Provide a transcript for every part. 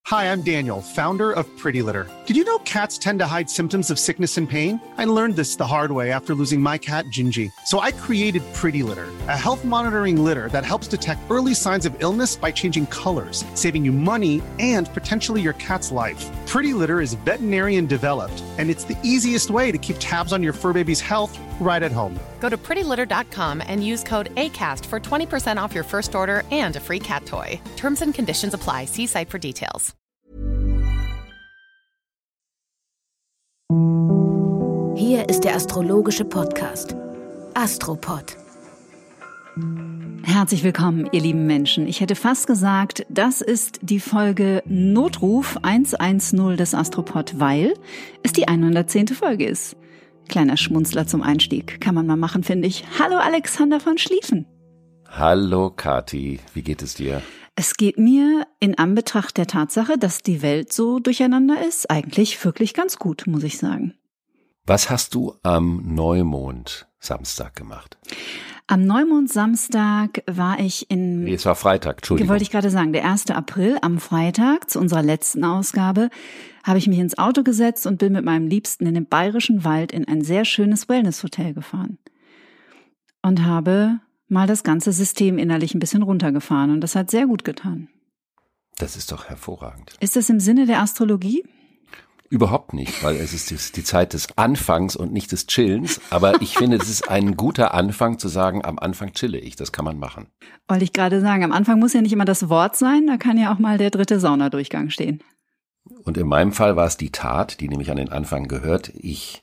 Hi, I'm Daniel, founder of Pretty Litter. Did you know cats tend to hide symptoms of sickness and pain? I learned this the hard way after losing my cat, Gingy. So I created Pretty Litter, a health monitoring litter that helps detect early signs of illness by changing colors, saving you money and potentially your cat's life. Pretty Litter is veterinarian developed, and it's the easiest way to keep tabs on your fur baby's health right at home. Go to prettylitter.com and use code ACAST for 20% off your first order and a free cat toy. Terms and conditions apply. See site for details. Hier ist der astrologische Podcast Astropod. Herzlich willkommen, ihr lieben Menschen. Ich hätte fast gesagt, das ist die Folge Notruf 110 des Astropod, weil es die 110. Folge ist. Kleiner Schmunzler zum Einstieg. Kann man mal machen, finde ich. Hallo Alexander von Schlieffen. Hallo Kathi, wie geht es dir? Es geht mir in Anbetracht der Tatsache, dass die Welt so durcheinander ist, eigentlich wirklich ganz gut, muss ich sagen. Was hast du am Neumond Samstag gemacht? Am Neumond Samstag war ich in... Nee, es war Freitag, Entschuldigung. Wollte ich gerade sagen, der 1. April, am Freitag, zu unserer letzten Ausgabe, habe ich mich ins Auto gesetzt und bin mit meinem Liebsten in den Bayerischen Wald in ein sehr schönes Wellness-Hotel gefahren. Und habe mal das ganze System innerlich ein bisschen runtergefahren und das hat sehr gut getan. Das ist doch hervorragend. Ist das im Sinne der Astrologie? Überhaupt nicht, weil es ist die Zeit des Anfangs und nicht des Chillens. Aber ich finde, es ist ein guter Anfang zu sagen, am Anfang chille ich. Das kann man machen. Wollte ich gerade sagen, am Anfang muss ja nicht immer das Wort sein, da kann ja auch mal der 3. Saunadurchgang stehen. Und in meinem Fall war es die Tat, die nämlich an den Anfang gehört. Ich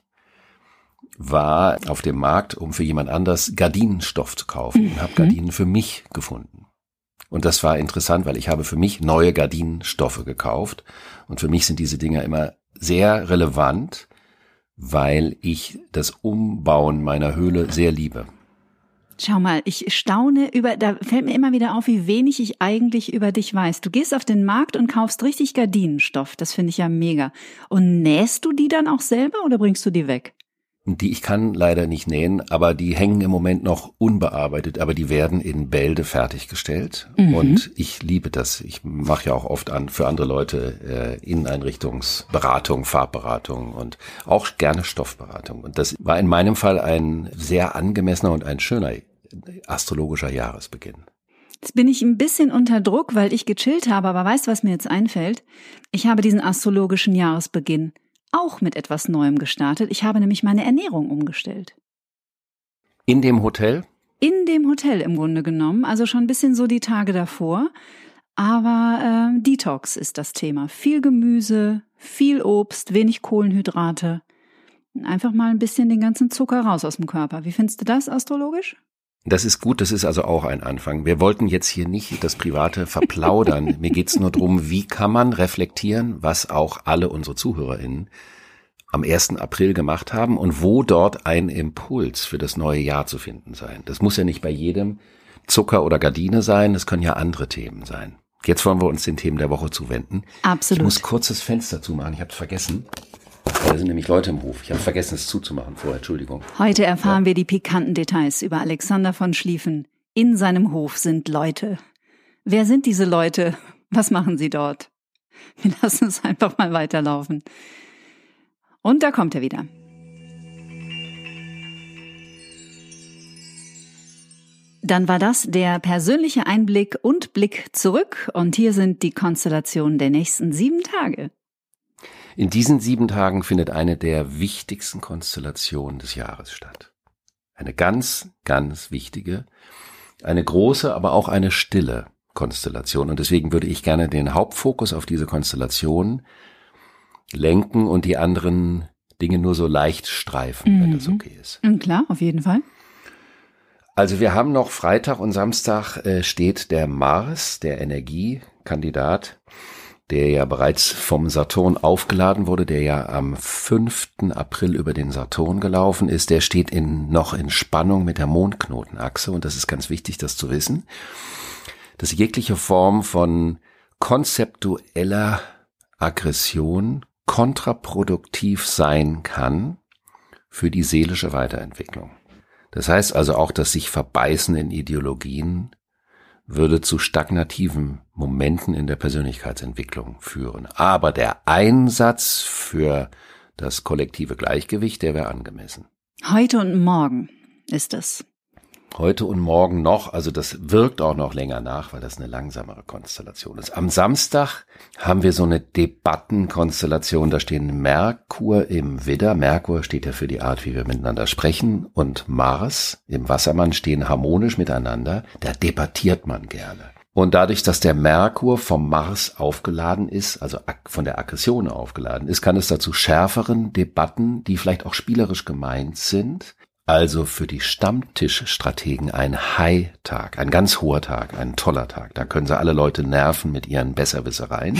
war auf dem Markt, um für jemand anders Gardinenstoff zu kaufen und habe Gardinen für mich gefunden. Und das war interessant, weil ich habe für mich neue Gardinenstoffe gekauft. Und für mich sind diese Dinger immer sehr relevant, weil ich das Umbauen meiner Höhle sehr liebe. Schau mal, ich staune da fällt mir immer wieder auf, wie wenig ich eigentlich über dich weiß. Du gehst auf den Markt und kaufst richtig Gardinenstoff. Das finde ich ja mega. Und nähst du die dann auch selber oder bringst du die weg? Die ich kann leider nicht nähen, aber die hängen im Moment noch unbearbeitet, aber die werden in Bälde fertiggestellt. Und ich liebe das. Ich mache ja auch oft für andere Leute Inneneinrichtungsberatung, Farbberatung und auch gerne Stoffberatung. Und das war in meinem Fall ein sehr angemessener und ein schöner astrologischer Jahresbeginn. Jetzt bin ich ein bisschen unter Druck, weil ich gechillt habe, aber weißt du, was mir jetzt einfällt? Ich habe diesen astrologischen Jahresbeginn auch mit etwas Neuem gestartet. Ich habe nämlich meine Ernährung umgestellt. In dem Hotel? In dem Hotel im Grunde genommen, also schon ein bisschen so die Tage davor. Aber Detox ist das Thema. Viel Gemüse, viel Obst, wenig Kohlenhydrate. Einfach mal ein bisschen den ganzen Zucker raus aus dem Körper. Wie findest du das astrologisch? Das ist gut, das ist also auch ein Anfang. Wir wollten jetzt hier nicht das Private verplaudern. Mir geht's nur drum, wie kann man reflektieren, was auch alle unsere ZuhörerInnen am 1. April gemacht haben und wo dort ein Impuls für das neue Jahr zu finden sein. Das muss ja nicht bei jedem Zucker oder Gardine sein, das können ja andere Themen sein. Jetzt wollen wir uns den Themen der Woche zuwenden. Absolut. Ich muss kurz das Fenster zumachen, ich habe es vergessen. Da sind nämlich Leute im Hof. Ich habe vergessen, es zuzumachen vorher. Entschuldigung. Heute erfahren wir die pikanten Details über Alexander von Schlieffen. In seinem Hof sind Leute. Wer sind diese Leute? Was machen sie dort? Wir lassen es einfach mal weiterlaufen. Und da kommt er wieder. Dann war das der persönliche Einblick und Blick zurück. Und hier sind die Konstellationen der nächsten 7 Tage. In diesen 7 Tagen findet eine der wichtigsten Konstellationen des Jahres statt. Eine ganz, ganz wichtige, eine große, aber auch eine stille Konstellation. Und deswegen würde ich gerne den Hauptfokus auf diese Konstellation lenken und die anderen Dinge nur so leicht streifen, wenn das okay ist. Klar, auf jeden Fall. Also wir haben noch Freitag und Samstag steht der Mars, der Energiekandidat, der ja bereits vom Saturn aufgeladen wurde, der ja am 5. April über den Saturn gelaufen ist, der steht noch in Spannung mit der Mondknotenachse und das ist ganz wichtig, das zu wissen, dass jegliche Form von konzeptueller Aggression kontraproduktiv sein kann für die seelische Weiterentwicklung. Das heißt also auch, dass sich Verbeißen in Ideologien würde zu stagnativen Momenten in der Persönlichkeitsentwicklung führen. Aber der Einsatz für das kollektive Gleichgewicht, der wäre angemessen. Heute und morgen ist es. Heute und morgen noch, also das wirkt auch noch länger nach, weil das eine langsamere Konstellation ist. Am Samstag haben wir so eine Debattenkonstellation, da stehen Merkur im Widder, Merkur steht ja für die Art, wie wir miteinander sprechen, und Mars im Wassermann stehen harmonisch miteinander, da debattiert man gerne. Und dadurch, dass der Merkur vom Mars aufgeladen ist, also von der Aggression aufgeladen ist, kann es dazu schärferen Debatten, die vielleicht auch spielerisch gemeint sind. Also für die Stammtischstrategen ein High-Tag, ein ganz hoher Tag, ein toller Tag. Da können sie alle Leute nerven mit ihren Besserwissereien.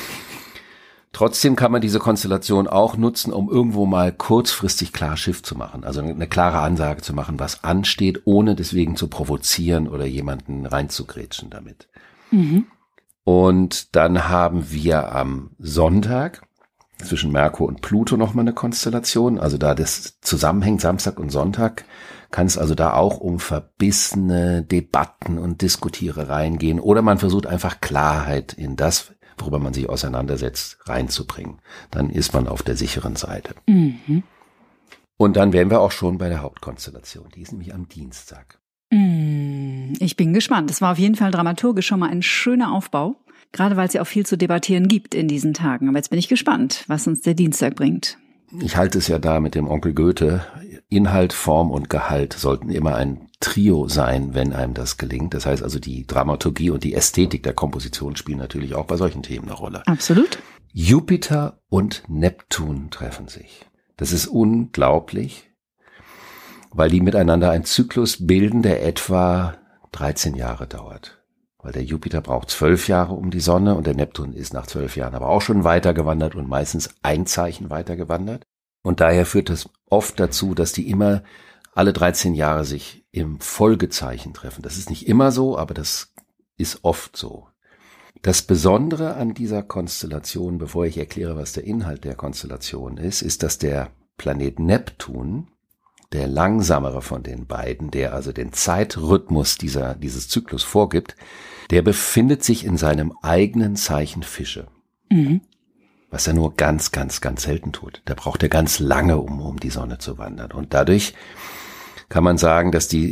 Trotzdem kann man diese Konstellation auch nutzen, um irgendwo mal kurzfristig klar Schiff zu machen. Also eine klare Ansage zu machen, was ansteht, ohne deswegen zu provozieren oder jemanden reinzugrätschen damit. Mhm. Und dann haben wir am Sonntag zwischen Merkur und Pluto nochmal eine Konstellation. Also da das zusammenhängt, Samstag und Sonntag, kann es also da auch um verbissene Debatten und Diskutierereien gehen. Oder man versucht einfach Klarheit in das, worüber man sich auseinandersetzt, reinzubringen. Dann ist man auf der sicheren Seite. Mhm. Und dann wären wir auch schon bei der Hauptkonstellation. Die ist nämlich am Dienstag. Ich bin gespannt. Es war auf jeden Fall dramaturgisch schon mal ein schöner Aufbau. Gerade weil es ja auch viel zu debattieren gibt in diesen Tagen. Aber jetzt bin ich gespannt, was uns der Dienstag bringt. Ich halte es ja da mit dem Onkel Goethe. Inhalt, Form und Gehalt sollten immer ein Trio sein, wenn einem das gelingt. Das heißt also, die Dramaturgie und die Ästhetik der Komposition spielen natürlich auch bei solchen Themen eine Rolle. Absolut. Jupiter und Neptun treffen sich. Das ist unglaublich, weil die miteinander einen Zyklus bilden, der etwa 13 Jahre dauert. Weil der Jupiter braucht 12 Jahre um die Sonne und der Neptun ist nach 12 Jahren aber auch schon weitergewandert und meistens ein Zeichen weitergewandert. Und daher führt es oft dazu, dass die immer alle 13 Jahre sich im Folgezeichen treffen. Das ist nicht immer so, aber das ist oft so. Das Besondere an dieser Konstellation, bevor ich erkläre, was der Inhalt der Konstellation ist, dass der Planet Neptun, der langsamere von den beiden, der also den Zeitrhythmus dieses Zyklus vorgibt, der befindet sich in seinem eigenen Zeichen Fische. Mhm. Was er nur ganz, ganz, ganz selten tut. Da braucht er ganz lange, um die Sonne zu wandern. Und dadurch kann man sagen, dass die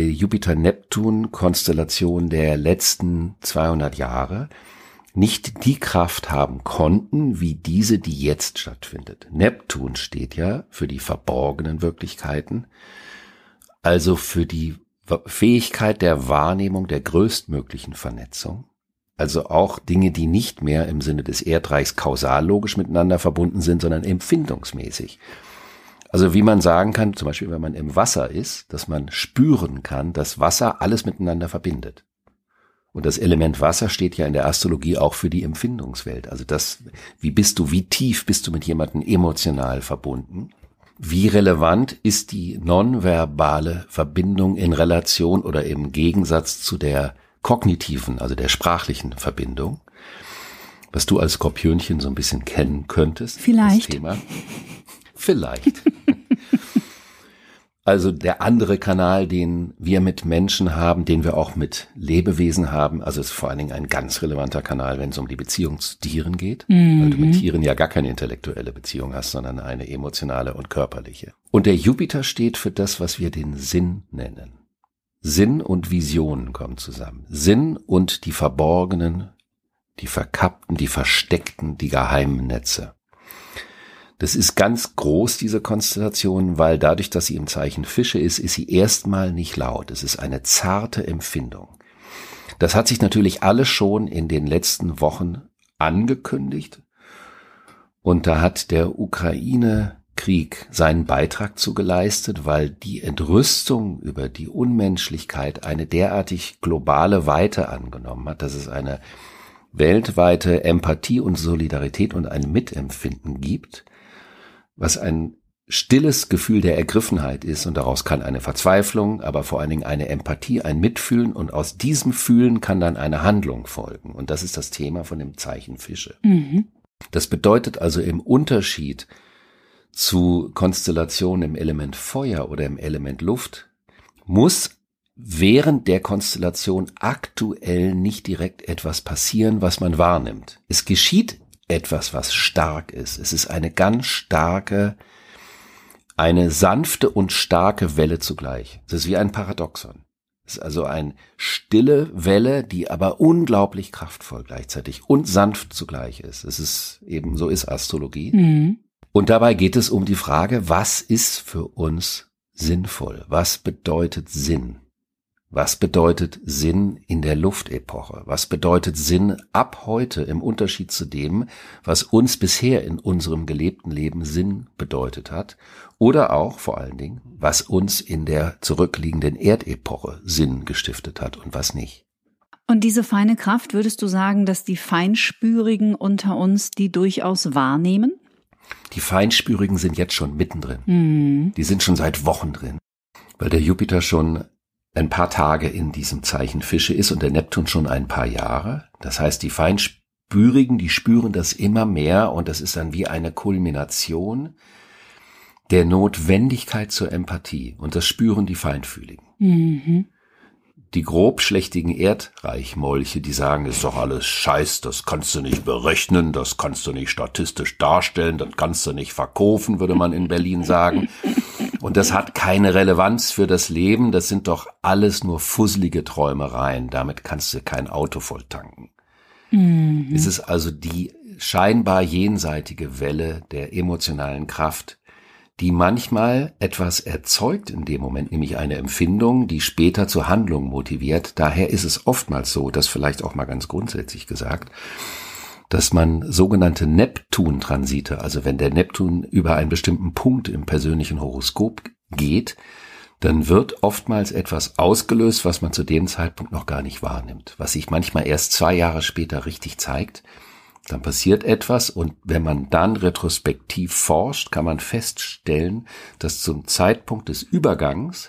Jupiter-Neptun-Konstellation der letzten 200 Jahre nicht die Kraft haben konnten, wie diese, die jetzt stattfindet. Neptun steht ja für die verborgenen Wirklichkeiten, also für die Fähigkeit der Wahrnehmung der größtmöglichen Vernetzung, also auch Dinge, die nicht mehr im Sinne des Erdreichs kausallogisch miteinander verbunden sind, sondern empfindungsmäßig. Also wie man sagen kann, zum Beispiel wenn man im Wasser ist, dass man spüren kann, dass Wasser alles miteinander verbindet. Und das Element Wasser steht ja in der Astrologie auch für die Empfindungswelt. Also das, wie tief bist du mit jemandem emotional verbunden? Wie relevant ist die nonverbale Verbindung in Relation oder im Gegensatz zu der kognitiven, also der sprachlichen Verbindung? Was du als Skorpionchen so ein bisschen kennen könntest. Vielleicht. Das Thema. Vielleicht. Also der andere Kanal, den wir mit Menschen haben, den wir auch mit Lebewesen haben, also ist vor allen Dingen ein ganz relevanter Kanal, wenn es um die Beziehung zu Tieren geht, weil du mit Tieren ja gar keine intellektuelle Beziehung hast, sondern eine emotionale und körperliche. Und der Jupiter steht für das, was wir den Sinn nennen. Sinn und Visionen kommen zusammen. Sinn und die verborgenen, die verkappten, die versteckten, die geheimen Netze. Das ist ganz groß, diese Konstellation, weil dadurch, dass sie im Zeichen Fische ist, ist sie erstmal nicht laut. Es ist eine zarte Empfindung. Das hat sich natürlich alles schon in den letzten Wochen angekündigt. Und da hat der Ukraine-Krieg seinen Beitrag zu geleistet, weil die Entrüstung über die Unmenschlichkeit eine derartig globale Weite angenommen hat, dass es eine weltweite Empathie und Solidarität und ein Mitempfinden gibt, was ein stilles Gefühl der Ergriffenheit ist, und daraus kann eine Verzweiflung, aber vor allen Dingen eine Empathie, ein Mitfühlen, und aus diesem Fühlen kann dann eine Handlung folgen. Und das ist das Thema von dem Zeichen Fische. Mhm. Das bedeutet also im Unterschied zu Konstellationen im Element Feuer oder im Element Luft muss während der Konstellation aktuell nicht direkt etwas passieren, was man wahrnimmt. Es geschieht etwas, was stark ist. Es ist eine ganz starke, eine sanfte und starke Welle zugleich. Es ist wie ein Paradoxon. Es ist also eine stille Welle, die aber unglaublich kraftvoll gleichzeitig und sanft zugleich ist. Es ist eben, so ist Astrologie. Mhm. Und dabei geht es um die Frage, was ist für uns sinnvoll? Was bedeutet Sinn? Was bedeutet Sinn in der Luftepoche? Was bedeutet Sinn ab heute im Unterschied zu dem, was uns bisher in unserem gelebten Leben Sinn bedeutet hat? Oder auch vor allen Dingen, was uns in der zurückliegenden Erdepoche Sinn gestiftet hat und was nicht? Und diese feine Kraft, würdest du sagen, dass die Feinspürigen unter uns die durchaus wahrnehmen? Die Feinspürigen sind jetzt schon mittendrin. Mhm. Die sind schon seit Wochen drin, weil der Jupiter schon ein paar Tage in diesem Zeichen Fische ist und der Neptun schon ein paar Jahre. Das heißt, die Feinspürigen, die spüren das immer mehr und das ist dann wie eine Kulmination der Notwendigkeit zur Empathie. Und das spüren die Feinfühligen. Mhm. Die grobschlächtigen Erdreichmolche, die sagen, das ist doch alles Scheiß, das kannst du nicht berechnen, das kannst du nicht statistisch darstellen, das kannst du nicht verkaufen, würde man in Berlin sagen. Und das hat keine Relevanz für das Leben, das sind doch alles nur fusselige Träumereien, damit kannst du kein Auto voll tanken. Mhm. Es ist also die scheinbar jenseitige Welle der emotionalen Kraft, die manchmal etwas erzeugt in dem Moment, nämlich eine Empfindung, die später zur Handlung motiviert. Daher ist es oftmals so, das vielleicht auch mal ganz grundsätzlich gesagt, dass man sogenannte Neptun-Transite, also wenn der Neptun über einen bestimmten Punkt im persönlichen Horoskop geht, dann wird oftmals etwas ausgelöst, was man zu dem Zeitpunkt noch gar nicht wahrnimmt, was sich manchmal erst 2 Jahre später richtig zeigt. Dann passiert etwas und wenn man dann retrospektiv forscht, kann man feststellen, dass zum Zeitpunkt des Übergangs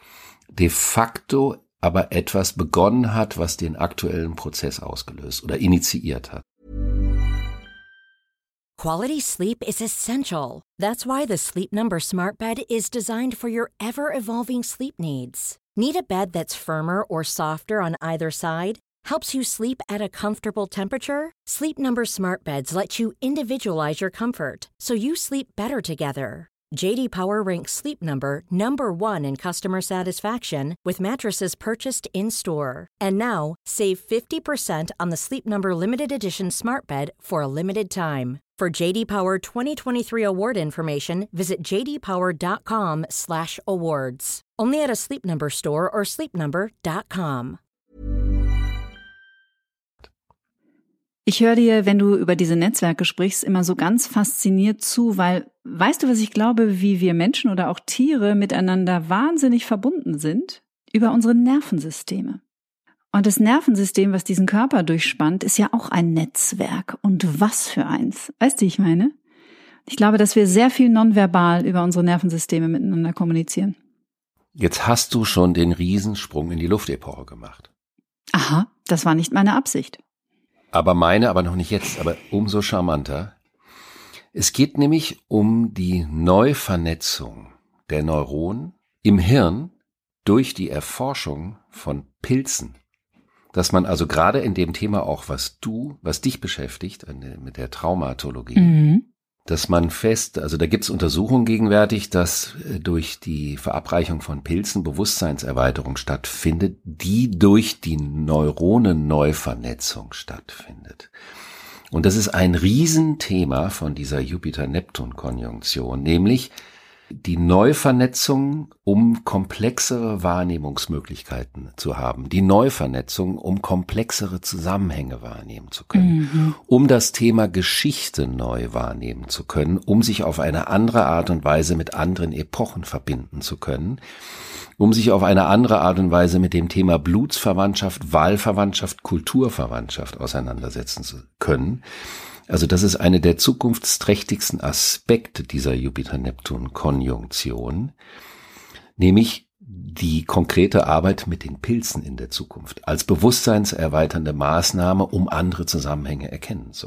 de facto aber etwas begonnen hat, was den aktuellen Prozess ausgelöst oder initiiert hat. Quality sleep is essential. That's why the Sleep Number Smart Bed is designed for your ever-evolving sleep needs. Need a bed that's firmer or softer on either side? Helps you sleep at a comfortable temperature? Sleep Number Smart Beds let you individualize your comfort, so you sleep better together. J.D. Power ranks Sleep Number number 1 in customer satisfaction with mattresses purchased in-store. And now, save 50% on the Sleep Number Limited Edition Smart Bed for a limited time. For J.D. Power 2023 award information, visit jdpower.com/awards. Only at a Sleep Number store or sleepnumber.com. Ich höre dir, wenn du über diese Netzwerke sprichst, immer so ganz fasziniert zu, weil, weißt du, was ich glaube, wie wir Menschen oder auch Tiere miteinander wahnsinnig verbunden sind? Über unsere Nervensysteme. Und das Nervensystem, was diesen Körper durchspannt, ist ja auch ein Netzwerk. Und was für eins. Weißt du, wie ich meine? Ich glaube, dass wir sehr viel nonverbal über unsere Nervensysteme miteinander kommunizieren. Jetzt hast du schon den Riesensprung in die Luftepoche gemacht. Aha, das war nicht meine Absicht. Aber noch nicht jetzt, aber umso charmanter. Es geht nämlich um die Neuvernetzung der Neuronen im Hirn durch die Erforschung von Pilzen. Dass man also gerade in dem Thema auch, was dich beschäftigt, mit der Traumatologie, dass man da gibt's Untersuchungen gegenwärtig, dass durch die Verabreichung von Pilzen Bewusstseinserweiterung stattfindet, die durch die Neuronenneuvernetzung stattfindet. Und das ist ein Riesenthema von dieser Jupiter-Neptun-Konjunktion, nämlich die Neuvernetzung, um komplexere Wahrnehmungsmöglichkeiten zu haben. Die Neuvernetzung, um komplexere Zusammenhänge wahrnehmen zu können. Um das Thema Geschichte neu wahrnehmen zu können, um sich auf eine andere Art und Weise mit anderen Epochen verbinden zu können, um sich auf eine andere Art und Weise mit dem Thema Blutsverwandtschaft, Wahlverwandtschaft, Kulturverwandtschaft auseinandersetzen zu können. Also das ist eine der zukunftsträchtigsten Aspekte dieser Jupiter-Neptun-Konjunktion, nämlich die konkrete Arbeit mit den Pilzen in der Zukunft als bewusstseinserweiternde Maßnahme, um andere Zusammenhänge erkennen zu können.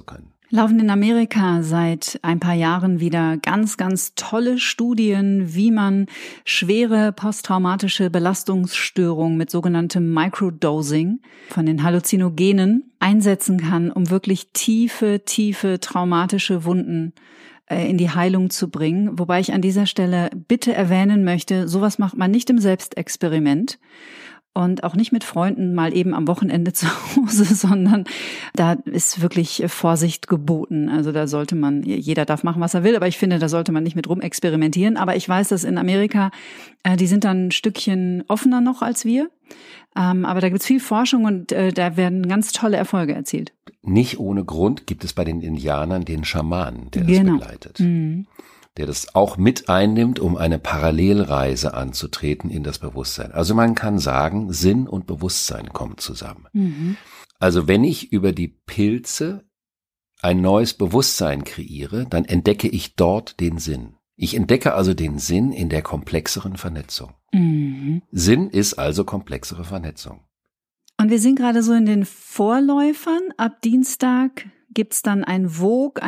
Laufen in Amerika seit ein paar Jahren wieder ganz, ganz tolle Studien, wie man schwere posttraumatische Belastungsstörungen mit sogenanntem Microdosing von den Halluzinogenen einsetzen kann, um wirklich tiefe traumatische Wunden in die Heilung zu bringen. Wobei ich an dieser Stelle bitte erwähnen möchte, sowas macht man nicht im Selbstexperiment. Und auch nicht mit Freunden mal eben am Wochenende zu Hause, sondern da ist wirklich Vorsicht geboten. Also da sollte man, jeder darf machen, was er will, aber ich finde, da sollte man nicht mit rumexperimentieren. Aber ich weiß, dass in Amerika, die sind dann ein Stückchen offener noch als wir. Aber da gibt's viel Forschung und da werden ganz tolle Erfolge erzielt. Nicht ohne Grund gibt es bei den Indianern den Schamanen, der das begleitet. Mhm. Der das auch mit einnimmt, um eine Parallelreise anzutreten in das Bewusstsein. Also man kann sagen, Sinn und Bewusstsein kommen zusammen. Mhm. Also wenn ich über die Pilze ein neues Bewusstsein kreiere, dann entdecke ich dort den Sinn. Ich entdecke also den Sinn in der komplexeren Vernetzung. Mhm. Sinn ist also komplexere Vernetzung. Und wir sind gerade so in den Vorläufern. Ab Dienstag gibt's dann ein Vogue,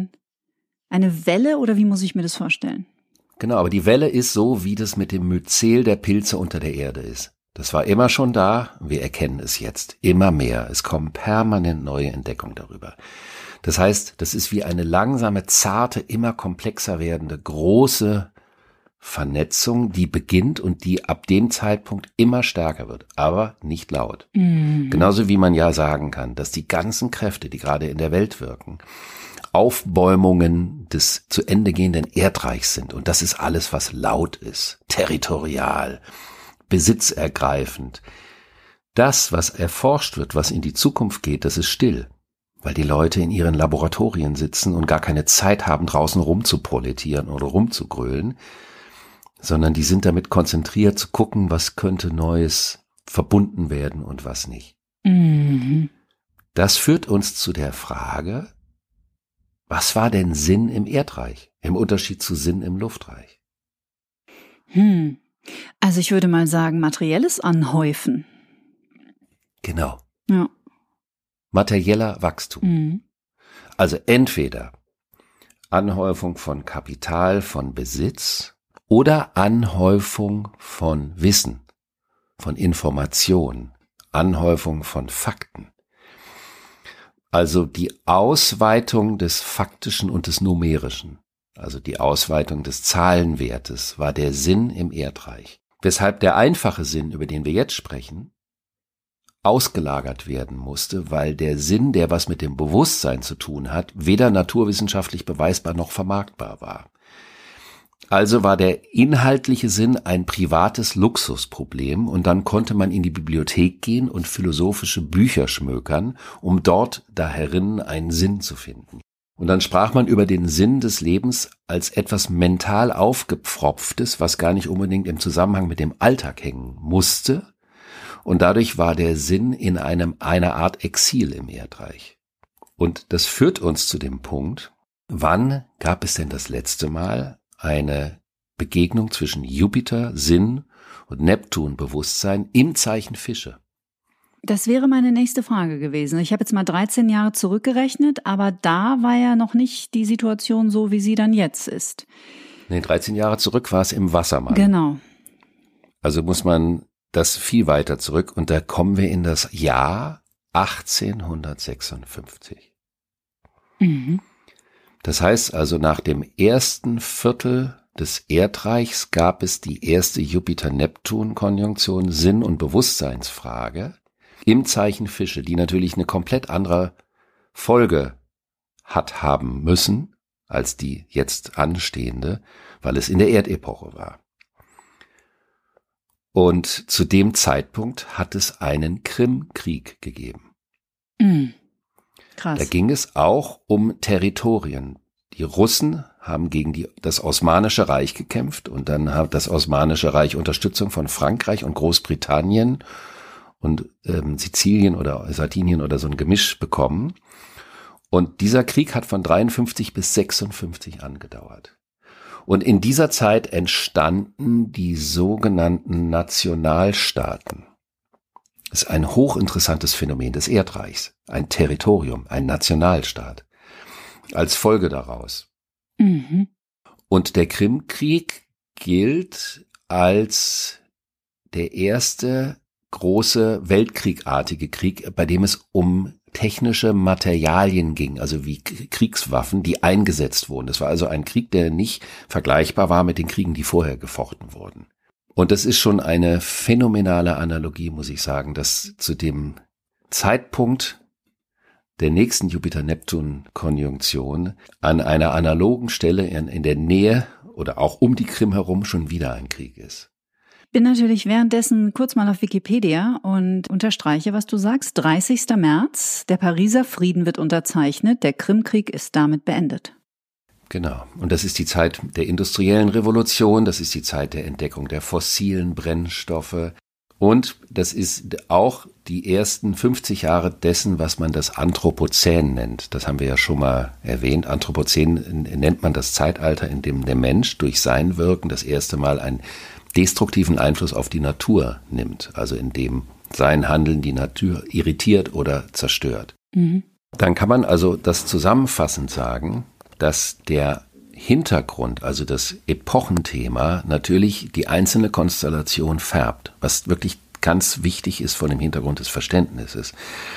eine Welle, oder wie muss ich mir das vorstellen? Genau, aber die Welle ist so, wie das mit dem Myzel der Pilze unter der Erde ist. Das war immer schon da, wir erkennen es jetzt immer mehr. Es kommen permanent neue Entdeckungen darüber. Das heißt, das ist wie eine langsame, zarte, immer komplexer werdende, große Vernetzung, die beginnt und die ab dem Zeitpunkt immer stärker wird, aber nicht laut. Mhm. Genauso wie man ja sagen kann, dass die ganzen Kräfte, die gerade in der Welt wirken, Aufbäumungen des zu Ende gehenden Erdreichs sind. Und das ist alles, was laut ist, territorial, besitzergreifend. Das, was erforscht wird, was in die Zukunft geht, das ist still, weil die Leute in ihren Laboratorien sitzen und gar keine Zeit haben, draußen rumzuproletieren oder rumzugrölen, sondern die sind damit konzentriert zu gucken, was könnte Neues verbunden werden und was nicht. Mhm. Das führt uns zu der Frage, was war denn Sinn im Erdreich, im Unterschied zu Sinn im Luftreich? Also ich würde mal sagen, materielles Anhäufen. Genau. Ja. Materieller Wachstum. Mhm. Also entweder Anhäufung von Kapital, von Besitz oder Anhäufung von Wissen, von Information, Anhäufung von Fakten. Also die Ausweitung des Faktischen und des Numerischen, also die Ausweitung des Zahlenwertes, war der Sinn im Erdreich. Weshalb der einfache Sinn, über den wir jetzt sprechen, ausgelagert werden musste, weil der Sinn, der was mit dem Bewusstsein zu tun hat, weder naturwissenschaftlich beweisbar noch vermarktbar war. Also war der inhaltliche Sinn ein privates Luxusproblem und dann konnte man in die Bibliothek gehen und philosophische Bücher schmökern, um dort da herinnen einen Sinn zu finden. Und dann sprach man über den Sinn des Lebens als etwas mental aufgepfropftes, was gar nicht unbedingt im Zusammenhang mit dem Alltag hängen musste. Und dadurch war der Sinn in einer Art Exil im Erdreich. Und das führt uns zu dem Punkt, wann gab es denn das letzte Mal eine Begegnung zwischen Jupiter, Sinn und Neptun, Bewusstsein im Zeichen Fische? Das wäre meine nächste Frage gewesen. Ich habe jetzt mal 13 Jahre zurückgerechnet, aber da war ja noch nicht die Situation so, wie sie dann jetzt ist. Nee, 13 Jahre zurück war es im Wassermann. Genau. Also muss man das viel weiter zurück und da kommen wir in das Jahr 1856. Mhm. Das heißt also, nach dem ersten Viertel des Erdreichs gab es die erste Jupiter-Neptun-Konjunktion, Sinn- und Bewusstseinsfrage im Zeichen Fische, die natürlich eine komplett andere Folge hat haben müssen als die jetzt anstehende, weil es in der Erdepoche war. Und zu dem Zeitpunkt hat es einen Krimkrieg gegeben. Mhm. Krass. Da ging es auch um Territorien. Die Russen haben gegen das Osmanische Reich gekämpft und dann hat das Osmanische Reich Unterstützung von Frankreich und Großbritannien und Sizilien oder Sardinien oder so ein Gemisch bekommen. Und dieser Krieg hat von 53 bis 56 angedauert. Und in dieser Zeit entstanden die sogenannten Nationalstaaten. Das ist ein hochinteressantes Phänomen des Erdreichs, ein Territorium, ein Nationalstaat. als Folge daraus. Mhm. Und der Krimkrieg gilt als der erste große weltkriegartige Krieg, bei dem es um technische Materialien ging, also wie Kriegswaffen, die eingesetzt wurden. Das war also ein Krieg, der nicht vergleichbar war mit den Kriegen, die vorher gefochten wurden. Und das ist schon eine phänomenale Analogie, muss ich sagen, dass zu dem Zeitpunkt der nächsten Jupiter-Neptun-Konjunktion an einer analogen Stelle in der Nähe oder auch um die Krim herum schon wieder ein Krieg ist. Bin natürlich währenddessen kurz mal auf Wikipedia und unterstreiche, was du sagst. 30. März, der Pariser Frieden wird unterzeichnet, der Krimkrieg ist damit beendet. Genau. Und das ist die Zeit der industriellen Revolution, das ist die Zeit der Entdeckung der fossilen Brennstoffe und das ist auch die ersten 50 Jahre dessen, was man das Anthropozän nennt. Das haben wir ja schon mal erwähnt. Anthropozän nennt man das Zeitalter, in dem der Mensch durch sein Wirken das erste Mal einen destruktiven Einfluss auf die Natur nimmt, also in dem sein Handeln die Natur irritiert oder zerstört. Mhm. Dann kann man also das zusammenfassend sagen, dass der Hintergrund, also das Epochenthema, natürlich die einzelne Konstellation färbt, was wirklich ganz wichtig ist vor dem Hintergrund des Verständnisses.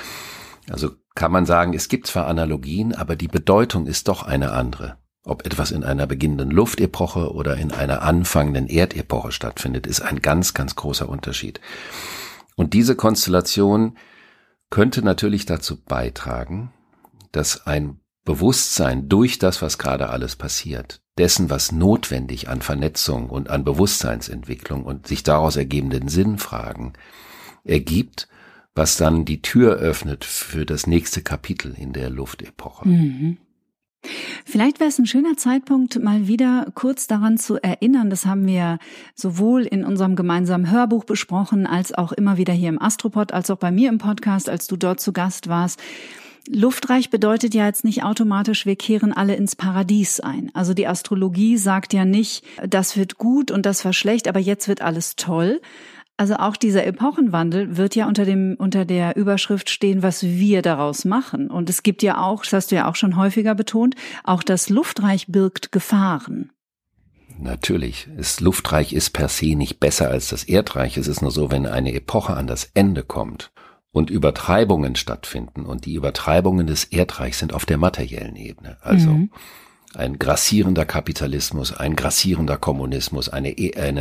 Also kann man sagen, es gibt zwar Analogien, aber die Bedeutung ist doch eine andere. Ob etwas in einer beginnenden Luftepoche oder in einer anfangenden Erdepoche stattfindet, ist ein ganz, ganz großer Unterschied. Und diese Konstellation könnte natürlich dazu beitragen, dass ein Bewusstsein durch das, was gerade alles passiert, dessen, was notwendig an Vernetzung und an Bewusstseinsentwicklung und sich daraus ergebenden Sinnfragen ergibt, was dann die Tür öffnet für das nächste Kapitel in der Luftepoche. Mhm. Vielleicht wäre es ein schöner Zeitpunkt, mal wieder kurz daran zu erinnern, das haben wir sowohl in unserem gemeinsamen Hörbuch besprochen, als auch immer wieder hier im Astropod, als auch bei mir im Podcast, als du dort zu Gast warst. Luftreich bedeutet ja jetzt nicht automatisch, wir kehren alle ins Paradies ein. Also die Astrologie sagt ja nicht, das wird gut und das war schlecht, aber jetzt wird alles toll. Also auch dieser Epochenwandel wird ja unter der Überschrift stehen, was wir daraus machen. Und es gibt ja auch, das hast du ja auch schon häufiger betont, auch das Luftreich birgt Gefahren. Natürlich. Das Luftreich ist per se nicht besser als das Erdreich. Es ist nur so, wenn eine Epoche an das Ende kommt und Übertreibungen stattfinden. Und die Übertreibungen des Erdreichs sind auf der materiellen Ebene. Also ein grassierender Kapitalismus, ein grassierender Kommunismus, eine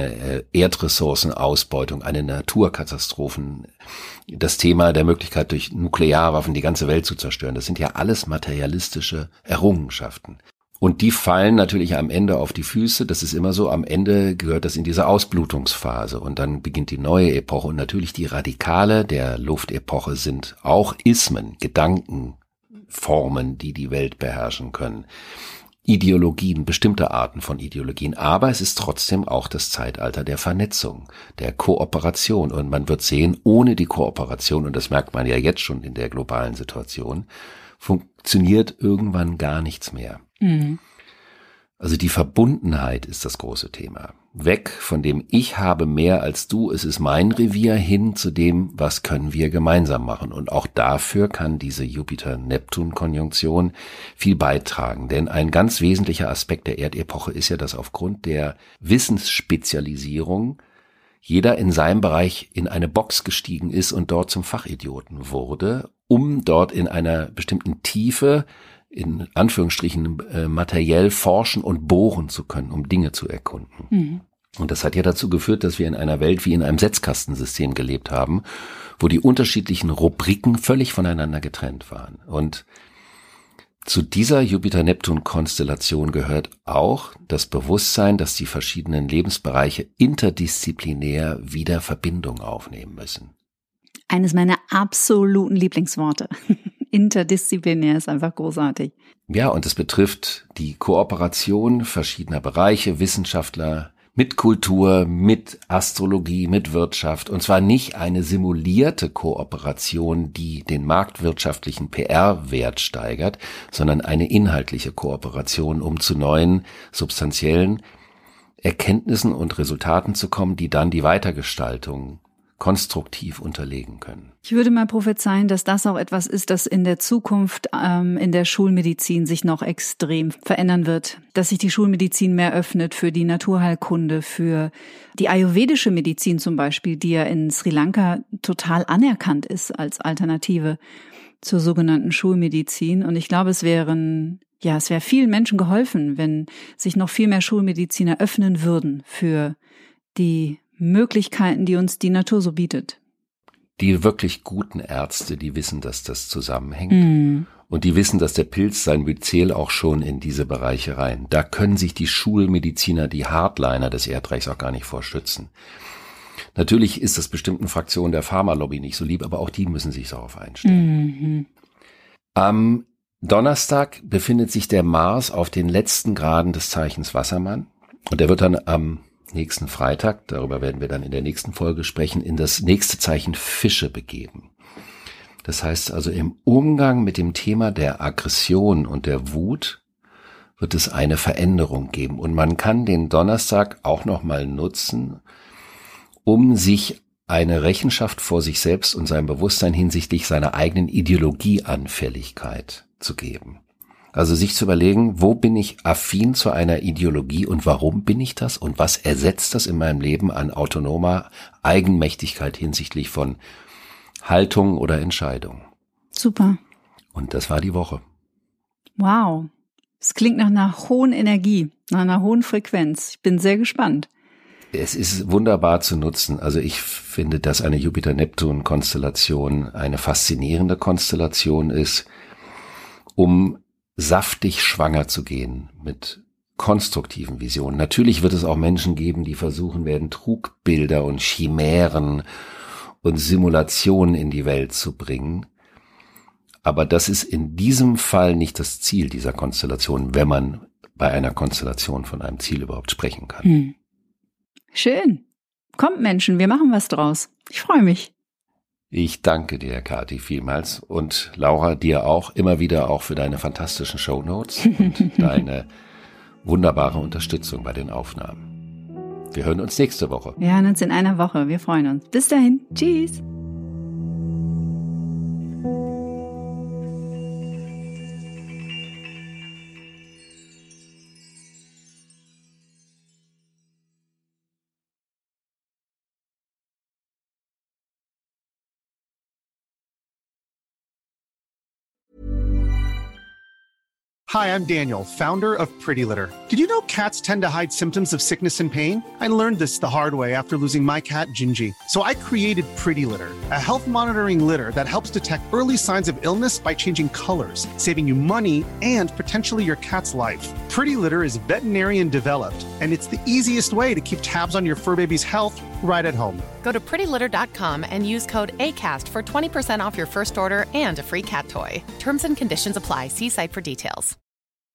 Erdressourcenausbeutung, eine Naturkatastrophen, das Thema der Möglichkeit, durch Nuklearwaffen die ganze Welt zu zerstören. Das sind ja alles materialistische Errungenschaften. Und die fallen natürlich am Ende auf die Füße. Das ist immer so. Am Ende gehört das in diese Ausblutungsphase. Und dann beginnt die neue Epoche. Und natürlich die Radikale der Luftepoche sind auch Ismen, Gedankenformen, die die Welt beherrschen können. Ideologien, bestimmte Arten von Ideologien, aber es ist trotzdem auch das Zeitalter der Vernetzung, der Kooperation und man wird sehen, ohne die Kooperation, und das merkt man ja jetzt schon in der globalen Situation, funktioniert irgendwann gar nichts mehr. Mhm. Also die Verbundenheit ist das große Thema. Weg von dem Ich habe mehr als du, es ist mein Revier, hin zu dem, was können wir gemeinsam machen. Und auch dafür kann diese Jupiter-Neptun-Konjunktion viel beitragen. Denn ein ganz wesentlicher Aspekt der Erdepoche ist ja, dass aufgrund der Wissensspecialisierung jeder in seinem Bereich in eine Box gestiegen ist und dort zum Fachidioten wurde, um dort in einer bestimmten Tiefe in Anführungsstrichen materiell forschen und bohren zu können, um Dinge zu erkunden. Mhm. Und das hat ja dazu geführt, dass wir in einer Welt wie in einem Setzkastensystem gelebt haben, wo die unterschiedlichen Rubriken völlig voneinander getrennt waren. Und zu dieser Jupiter-Neptun-Konstellation gehört auch das Bewusstsein, dass die verschiedenen Lebensbereiche interdisziplinär wieder Verbindung aufnehmen müssen. Eines meiner absoluten Lieblingsworte. Interdisziplinär ist einfach großartig. Ja, und es betrifft die Kooperation verschiedener Bereiche, Wissenschaftler mit Kultur, mit Astrologie, mit Wirtschaft. Und zwar nicht eine simulierte Kooperation, die den marktwirtschaftlichen PR-Wert steigert, sondern eine inhaltliche Kooperation, um zu neuen, substanziellen Erkenntnissen und Resultaten zu kommen, die dann die Weitergestaltung konstruktiv unterlegen können. Ich würde mal prophezeien, dass das auch etwas ist, das in der Zukunft in der Schulmedizin sich noch extrem verändern wird. Dass sich die Schulmedizin mehr öffnet für die Naturheilkunde, für die ayurvedische Medizin zum Beispiel, die ja in Sri Lanka total anerkannt ist als Alternative zur sogenannten Schulmedizin. Und ich glaube, es wäre vielen Menschen geholfen, wenn sich noch viel mehr Schulmediziner öffnen würden für die Möglichkeiten, die uns die Natur so bietet. Die wirklich guten Ärzte, die wissen, dass das zusammenhängt. Und die wissen, dass der Pilz sein Myzel auch schon in diese Bereiche rein. Da können sich die Schulmediziner, die Hardliner des Erdreichs auch gar nicht vorschützen. Natürlich ist das bestimmten Fraktionen der Pharmalobby nicht so lieb, aber auch die müssen sich darauf einstellen. Am Donnerstag befindet sich der Mars auf den letzten Graden des Zeichens Wassermann. Und er wird dann am nächsten Freitag, darüber werden wir dann in der nächsten Folge sprechen, in das nächste Zeichen Fische begeben. Das heißt also, im Umgang mit dem Thema der Aggression und der Wut wird es eine Veränderung geben. Und man kann den Donnerstag auch nochmal nutzen, um sich eine Rechenschaft vor sich selbst und seinem Bewusstsein hinsichtlich seiner eigenen Ideologieanfälligkeit zu geben. Also sich zu überlegen, wo bin ich affin zu einer Ideologie und warum bin ich das und was ersetzt das in meinem Leben an autonomer Eigenmächtigkeit hinsichtlich von Haltung oder Entscheidung. Super. Und das war die Woche. Wow. Es klingt nach einer hohen Energie, nach einer hohen Frequenz. Ich bin sehr gespannt. Es ist wunderbar zu nutzen. Also ich finde, dass eine Jupiter-Neptun-Konstellation eine faszinierende Konstellation ist, um saftig schwanger zu gehen mit konstruktiven Visionen. Natürlich wird es auch Menschen geben, die versuchen werden, Trugbilder und Chimären und Simulationen in die Welt zu bringen. Aber das ist in diesem Fall nicht das Ziel dieser Konstellation, wenn man bei einer Konstellation von einem Ziel überhaupt sprechen kann. Schön. Kommt Menschen, wir machen was draus. Ich freue mich. Ich danke dir, Kathi, vielmals. Und Laura, dir auch, immer wieder auch für deine fantastischen Shownotes und deine wunderbare Unterstützung bei den Aufnahmen. Wir hören uns nächste Woche. Wir hören uns in einer Woche. Wir freuen uns. Bis dahin. Tschüss. Hi, I'm Daniel, founder of Pretty Litter. Did you know cats tend to hide symptoms of sickness and pain? I learned this the hard way after losing my cat, Gingy. So I created Pretty Litter, a health monitoring litter that helps detect early signs of illness by changing colors, saving you money and potentially your cat's life. Pretty Litter is veterinarian developed, and it's the easiest way to keep tabs on your fur baby's health right at home. Go to prettylitter.com and use code ACAST for 20% off your first order and a free cat toy. Terms and conditions apply. See site for details.